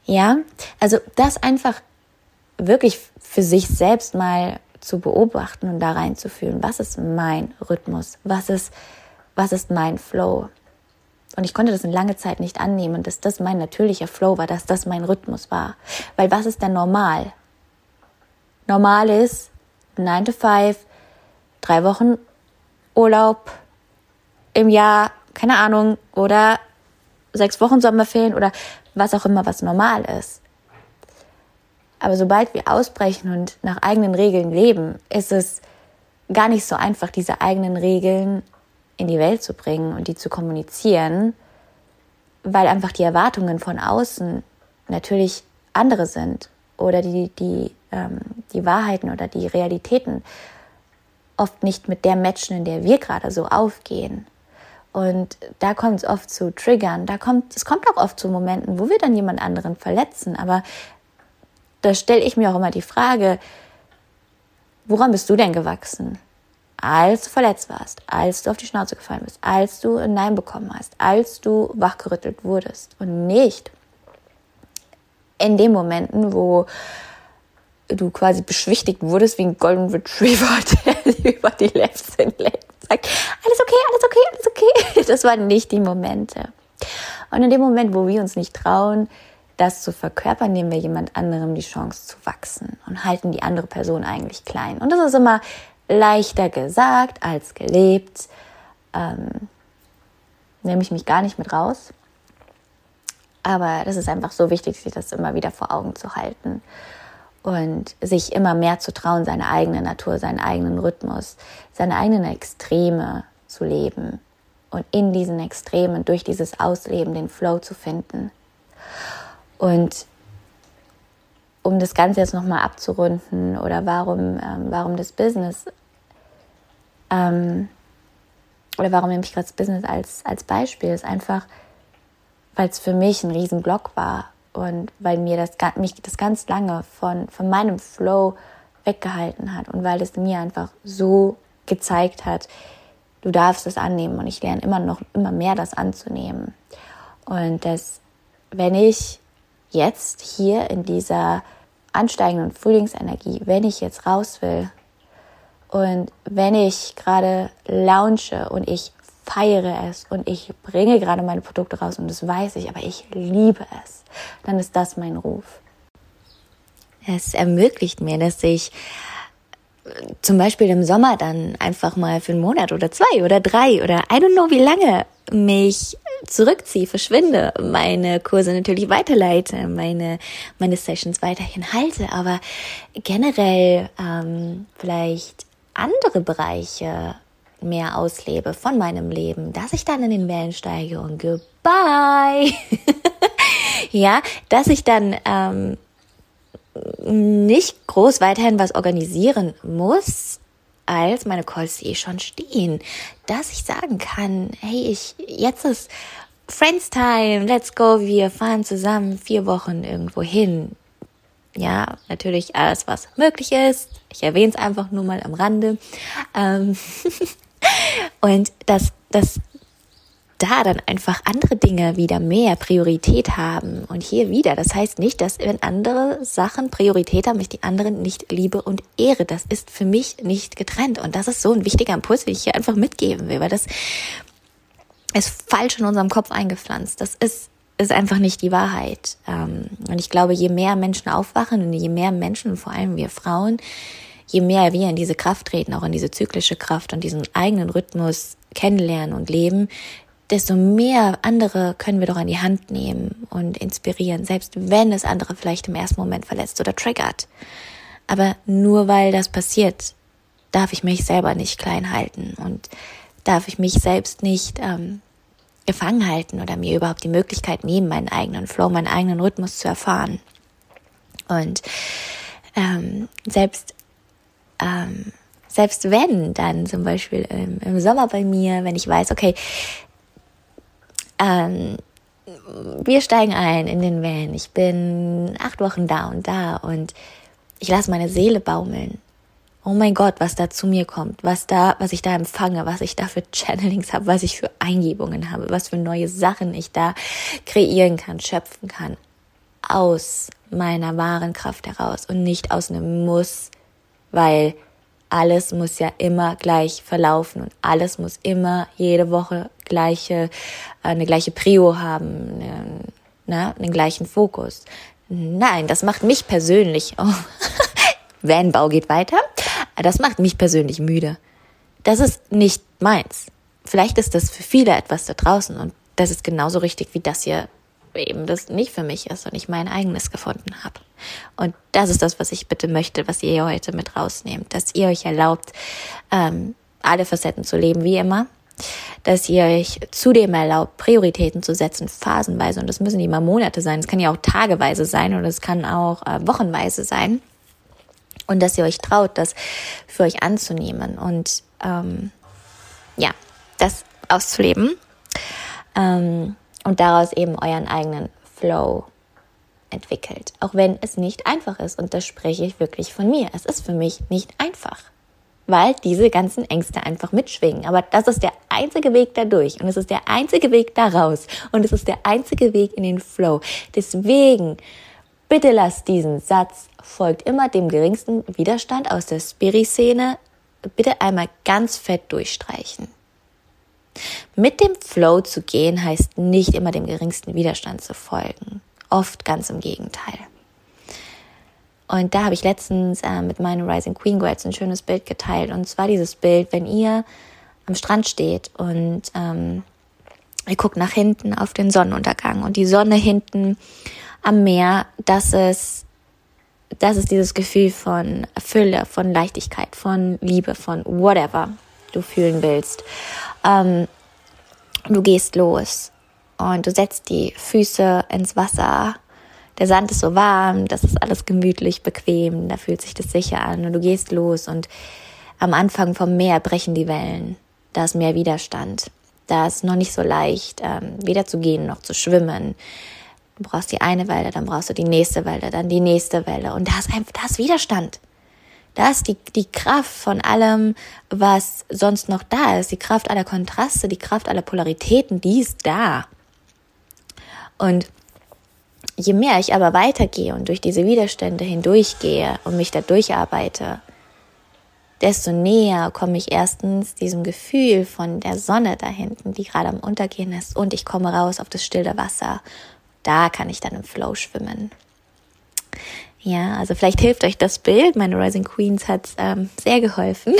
Ja, also das einfach wirklich für sich selbst mal zu beobachten und da reinzufühlen, was ist mein Rhythmus, was ist mein Flow. Und ich konnte das in lange Zeit nicht annehmen, dass das mein natürlicher Flow war, dass das mein Rhythmus war. Weil was ist denn normal? Normal ist 9 to 5, 3 Wochen Urlaub im Jahr, keine Ahnung, oder 6 Wochen Sommerferien oder was auch immer, was normal ist. Aber sobald wir ausbrechen und nach eigenen Regeln leben, ist es gar nicht so einfach, diese eigenen Regeln in die Welt zu bringen und die zu kommunizieren, weil einfach die Erwartungen von außen natürlich andere sind oder die Wahrheiten oder die Realitäten oft nicht mit der matchen, in der wir gerade so aufgehen. Und da kommt es oft zu Triggern, es kommt auch oft zu Momenten, wo wir dann jemand anderen verletzen, aber da stelle ich mir auch immer die Frage, woran bist du denn gewachsen? Als du verletzt warst, als du auf die Schnauze gefallen bist, als du ein Nein bekommen hast, als du wachgerüttelt wurdest und nicht in den Momenten, wo du quasi beschwichtigt wurdest wie ein Golden Retriever, der über die Lefts hinlegt und sagt, alles okay, alles okay, alles okay. Das waren nicht die Momente. Und in dem Moment, wo wir uns nicht trauen, das zu verkörpern, nehmen wir jemand anderem die Chance zu wachsen und halten die andere Person eigentlich klein. Und das ist immer leichter gesagt als gelebt. Nehme ich mich gar nicht mit raus. Aber das ist einfach so wichtig, sich das immer wieder vor Augen zu halten und sich immer mehr zu trauen, seine eigene Natur, seinen eigenen Rhythmus, seine eigenen Extreme zu leben und in diesen Extremen durch dieses Ausleben den Flow zu finden. Und um das Ganze jetzt nochmal abzurunden oder warum das Business oder warum nehme ich gerade das Business als Beispiel, ist einfach, weil es für mich ein Riesenblock war und weil mich das ganz lange von meinem Flow weggehalten hat und weil es mir einfach so gezeigt hat, du darfst es annehmen und ich lerne immer mehr das anzunehmen. Und dass, wenn ich jetzt hier in dieser ansteigenden Frühlingsenergie, wenn ich jetzt raus will und wenn ich gerade launche und ich feiere es und ich bringe gerade meine Produkte raus und das weiß ich, aber ich liebe es, dann ist das mein Ruf. Es ermöglicht mir, dass ich zum Beispiel im Sommer dann einfach mal für einen Monat oder 2 oder 3 oder I don't know wie lange mich zurückziehe, verschwinde, meine Kurse natürlich weiterleite, meine Sessions weiterhin halte, aber generell vielleicht andere Bereiche mehr auslebe von meinem Leben, dass ich dann in den Wellen steige und goodbye. Ja, dass ich dann nicht groß weiterhin was organisieren muss, als meine Calls schon stehen. Dass ich sagen kann, hey, jetzt ist Friends Time, let's go, wir fahren zusammen 4 Wochen irgendwo hin. Ja, natürlich alles, was möglich ist. Ich erwähne es einfach nur mal am Rande. Und dass da dann einfach andere Dinge wieder mehr Priorität haben. Und hier wieder, das heißt nicht, dass wenn andere Sachen Priorität haben, ich die anderen nicht liebe und ehre. Das ist für mich nicht getrennt. Und das ist so ein wichtiger Impuls, den ich hier einfach mitgeben will, weil das ist falsch in unserem Kopf eingepflanzt. Das ist einfach nicht die Wahrheit. Und ich glaube, je mehr Menschen aufwachen und je mehr Menschen, vor allem wir Frauen, je mehr wir in diese Kraft treten, auch in diese zyklische Kraft und diesen eigenen Rhythmus kennenlernen und leben, desto mehr andere können wir doch an die Hand nehmen und inspirieren, selbst wenn es andere vielleicht im ersten Moment verletzt oder triggert. Aber nur weil das passiert, darf ich mich selber nicht klein halten und darf ich mich selbst nicht gefangen halten oder mir überhaupt die Möglichkeit nehmen, meinen eigenen Flow, meinen eigenen Rhythmus zu erfahren. Und selbst wenn dann zum Beispiel im Sommer bei mir, wenn ich weiß, okay, wir steigen ein in den Van, ich bin 8 Wochen da und ich lasse meine Seele baumeln. Oh mein Gott, was da zu mir kommt, was ich da empfange, was ich da für Channelings habe, was ich für Eingebungen habe, was für neue Sachen ich da kreieren kann, schöpfen kann. aus meiner wahren Kraft heraus und nicht aus einem Muss, weil alles muss ja immer gleich verlaufen und alles muss immer jede Woche eine gleiche Prio haben, einen gleichen Fokus. Nein, das macht mich persönlich, Vanbau geht weiter, das macht mich persönlich müde. Das ist nicht meins. Vielleicht ist das für viele etwas da draußen und das ist genauso richtig, wie das hier eben das nicht für mich ist und ich mein eigenes gefunden habe. Und das ist das, was ich bitte möchte, was ihr heute mit rausnehmt, dass ihr euch erlaubt, alle Facetten zu leben, wie immer, dass ihr euch zudem erlaubt, Prioritäten zu setzen, phasenweise, und das müssen nicht mal Monate sein, es kann ja auch tageweise sein oder es kann auch wochenweise sein, und dass ihr euch traut, das für euch anzunehmen und das auszuleben und daraus eben euren eigenen Flow entwickelt. Auch wenn es nicht einfach ist, und das spreche ich wirklich von mir. Es ist für mich nicht einfach, weil diese ganzen Ängste einfach mitschwingen. Aber das ist der einzige Weg da durch und es ist der einzige Weg da raus und es ist der einzige Weg in den Flow. Deswegen, bitte lasst diesen Satz, folgt immer dem geringsten Widerstand aus der Spiri-Szene, bitte einmal ganz fett durchstreichen. Mit dem Flow zu gehen heißt nicht immer dem geringsten Widerstand zu folgen. Oft ganz im Gegenteil. Und da habe ich letztens mit meinen Rising Queen Girls ein schönes Bild geteilt. Und zwar dieses Bild, wenn ihr am Strand steht und ihr guckt nach hinten auf den Sonnenuntergang und die Sonne hinten am Meer, das ist dieses Gefühl von Fülle, von Leichtigkeit, von Liebe, von whatever du fühlen willst. Du gehst los und du setzt die Füße ins Wasser. Der Sand ist so warm, das ist alles gemütlich, bequem, da fühlt sich das sicher an. Und du gehst los und am Anfang vom Meer brechen die Wellen. Da ist mehr Widerstand. Da ist noch nicht so leicht, weder zu gehen noch zu schwimmen. Du brauchst die eine Welle, dann brauchst du die nächste Welle, dann die nächste Welle. Und da ist Widerstand. Da ist die Kraft von allem, was sonst noch da ist. Die Kraft aller Kontraste, die Kraft aller Polaritäten, die ist da. Und je mehr ich aber weitergehe und durch diese Widerstände hindurchgehe und mich da durcharbeite, desto näher komme ich erstens diesem Gefühl von der Sonne da hinten, die gerade am Untergehen ist, und ich komme raus auf das stille Wasser. Da kann ich dann im Flow schwimmen. Ja, also vielleicht hilft euch das Bild. Meine Rising Queens hat sehr geholfen.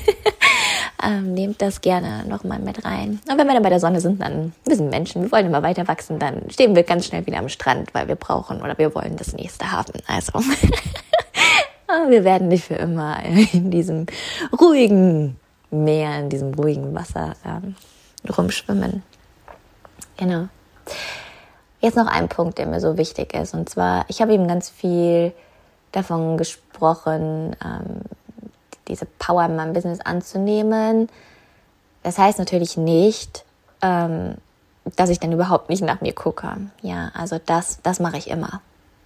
Nehmt das gerne nochmal mit rein. Und wenn wir dann bei der Sonne sind, dann, wir sind Menschen, wir wollen immer weiter wachsen, dann stehen wir ganz schnell wieder am Strand, weil wir brauchen oder wir wollen das nächste haben. Also wir werden nicht für immer in diesem ruhigen Meer, in diesem ruhigen Wasser rumschwimmen. Genau. Jetzt noch ein Punkt, der mir so wichtig ist, und zwar, ich habe eben ganz viel davon gesprochen, diese Power in meinem Business anzunehmen. Das heißt natürlich nicht, dass ich dann überhaupt nicht nach mir gucke. Ja, also das mache ich immer.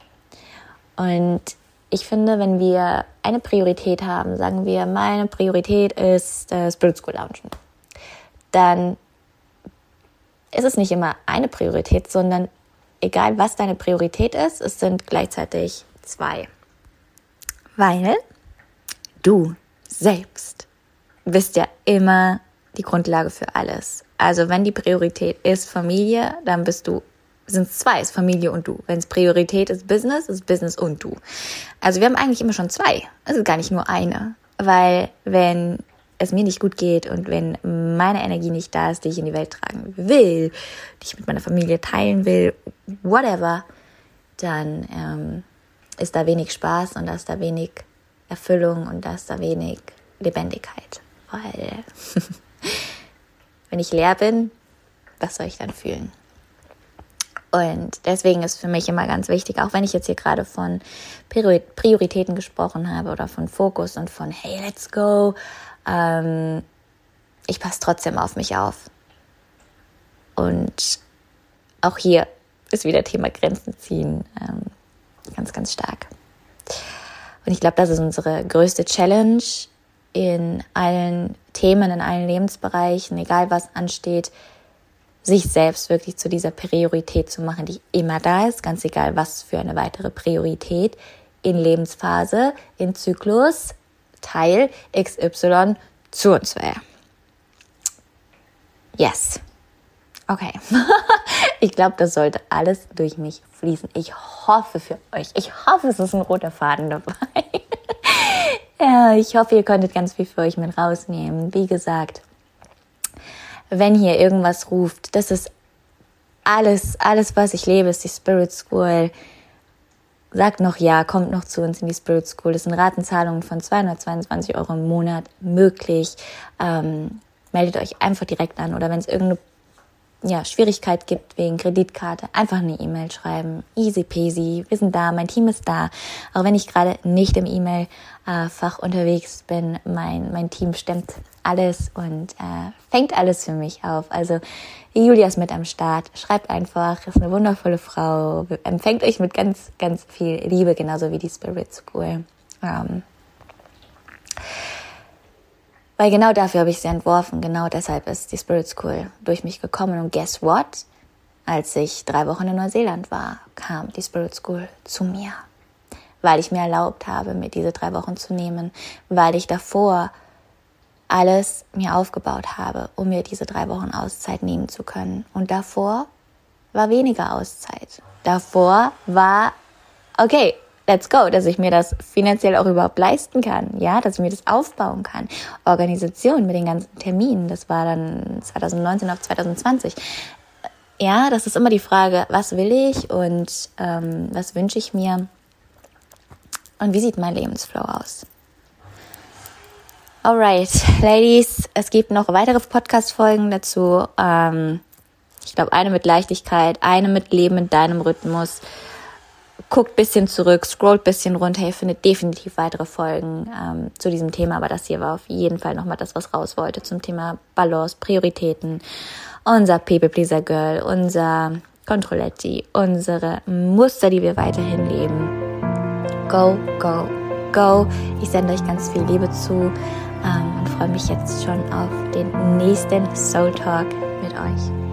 Und ich finde, wenn wir eine Priorität haben, sagen wir, meine Priorität ist Spirit School Launchen, dann ist es nicht immer eine Priorität, sondern egal, was deine Priorität ist, es sind gleichzeitig zwei. Weil du selbst bist ja immer die Grundlage für alles. Also wenn die Priorität ist Familie, dann sind es zwei, ist Familie und du. Wenn es Priorität ist Business und du. Also wir haben eigentlich immer schon zwei. Es ist gar nicht nur eine. Weil wenn es mir nicht gut geht und wenn meine Energie nicht da ist, die ich in die Welt tragen will, die ich mit meiner Familie teilen will, whatever, dann ist da wenig Spaß und da ist da wenig Erfüllung und da ist da wenig Lebendigkeit. Weil wenn ich leer bin, was soll ich dann fühlen? Und deswegen ist für mich immer ganz wichtig, auch wenn ich jetzt hier gerade von Prioritäten gesprochen habe oder von Fokus und von hey, let's go, ich passe trotzdem auf mich auf. Und auch hier ist wieder Thema Grenzen ziehen ganz, ganz stark. Und ich glaube, das ist unsere größte Challenge in allen Themen, in allen Lebensbereichen, egal was ansteht, sich selbst wirklich zu dieser Priorität zu machen, die immer da ist, ganz egal, was für eine weitere Priorität in Lebensphase, in Zyklus, Teil XY zu uns wäre. Yes. Okay. Ich glaube, das sollte alles durch mich fließen. Ich hoffe für euch. Ich hoffe, es ist ein roter Faden dabei. Ja, ich hoffe, ihr konntet ganz viel für euch mit rausnehmen. Wie gesagt, wenn hier irgendwas ruft, das ist alles, was ich lebe, ist die Spirit School. Sagt noch ja, kommt noch zu uns in die Spirit School. Das sind Ratenzahlungen von 222 € im Monat möglich. Meldet euch einfach direkt an. Oder wenn es irgendeine Schwierigkeit gibt wegen Kreditkarte, einfach eine E-Mail schreiben. Easy peasy, wir sind da, mein Team ist da. Auch wenn ich gerade nicht im E-Mail-Fach unterwegs bin, mein Team stemmt alles und fängt alles für mich auf. Also Julia ist mit am Start, schreibt einfach, ist eine wundervolle Frau, empfängt euch mit ganz, ganz viel Liebe, genauso wie die Spirit School. Weil genau dafür habe ich sie entworfen. Genau deshalb ist die Spirit School durch mich gekommen. Und guess what? Als ich 3 Wochen in Neuseeland war, kam die Spirit School zu mir. Weil ich mir erlaubt habe, mir diese 3 Wochen zu nehmen. Weil ich davor alles mir aufgebaut habe, um mir diese 3 Wochen Auszeit nehmen zu können. Und davor war weniger Auszeit. Davor war, okay, let's go, dass ich mir das finanziell auch überhaupt leisten kann, ja, dass ich mir das aufbauen kann. Organisation mit den ganzen Terminen, das war dann 2019 auf 2020. Ja, das ist immer die Frage, was will ich und was wünsche ich mir und wie sieht mein Lebensflow aus? Alright, Ladies, es gibt noch weitere Podcast-Folgen dazu. Ich glaube, eine mit Leichtigkeit, eine mit Leben in deinem Rhythmus. Guckt ein bisschen zurück, scrollt ein bisschen runter, ihr findet definitiv weitere Folgen zu diesem Thema, aber das hier war auf jeden Fall nochmal das, was raus wollte zum Thema Balance, Prioritäten, unser People-Pleaser-Girl, unser Controletti, unsere Muster, die wir weiterhin leben. Go, go, go. Ich sende euch ganz viel Liebe zu und freue mich jetzt schon auf den nächsten Soul Talk mit euch.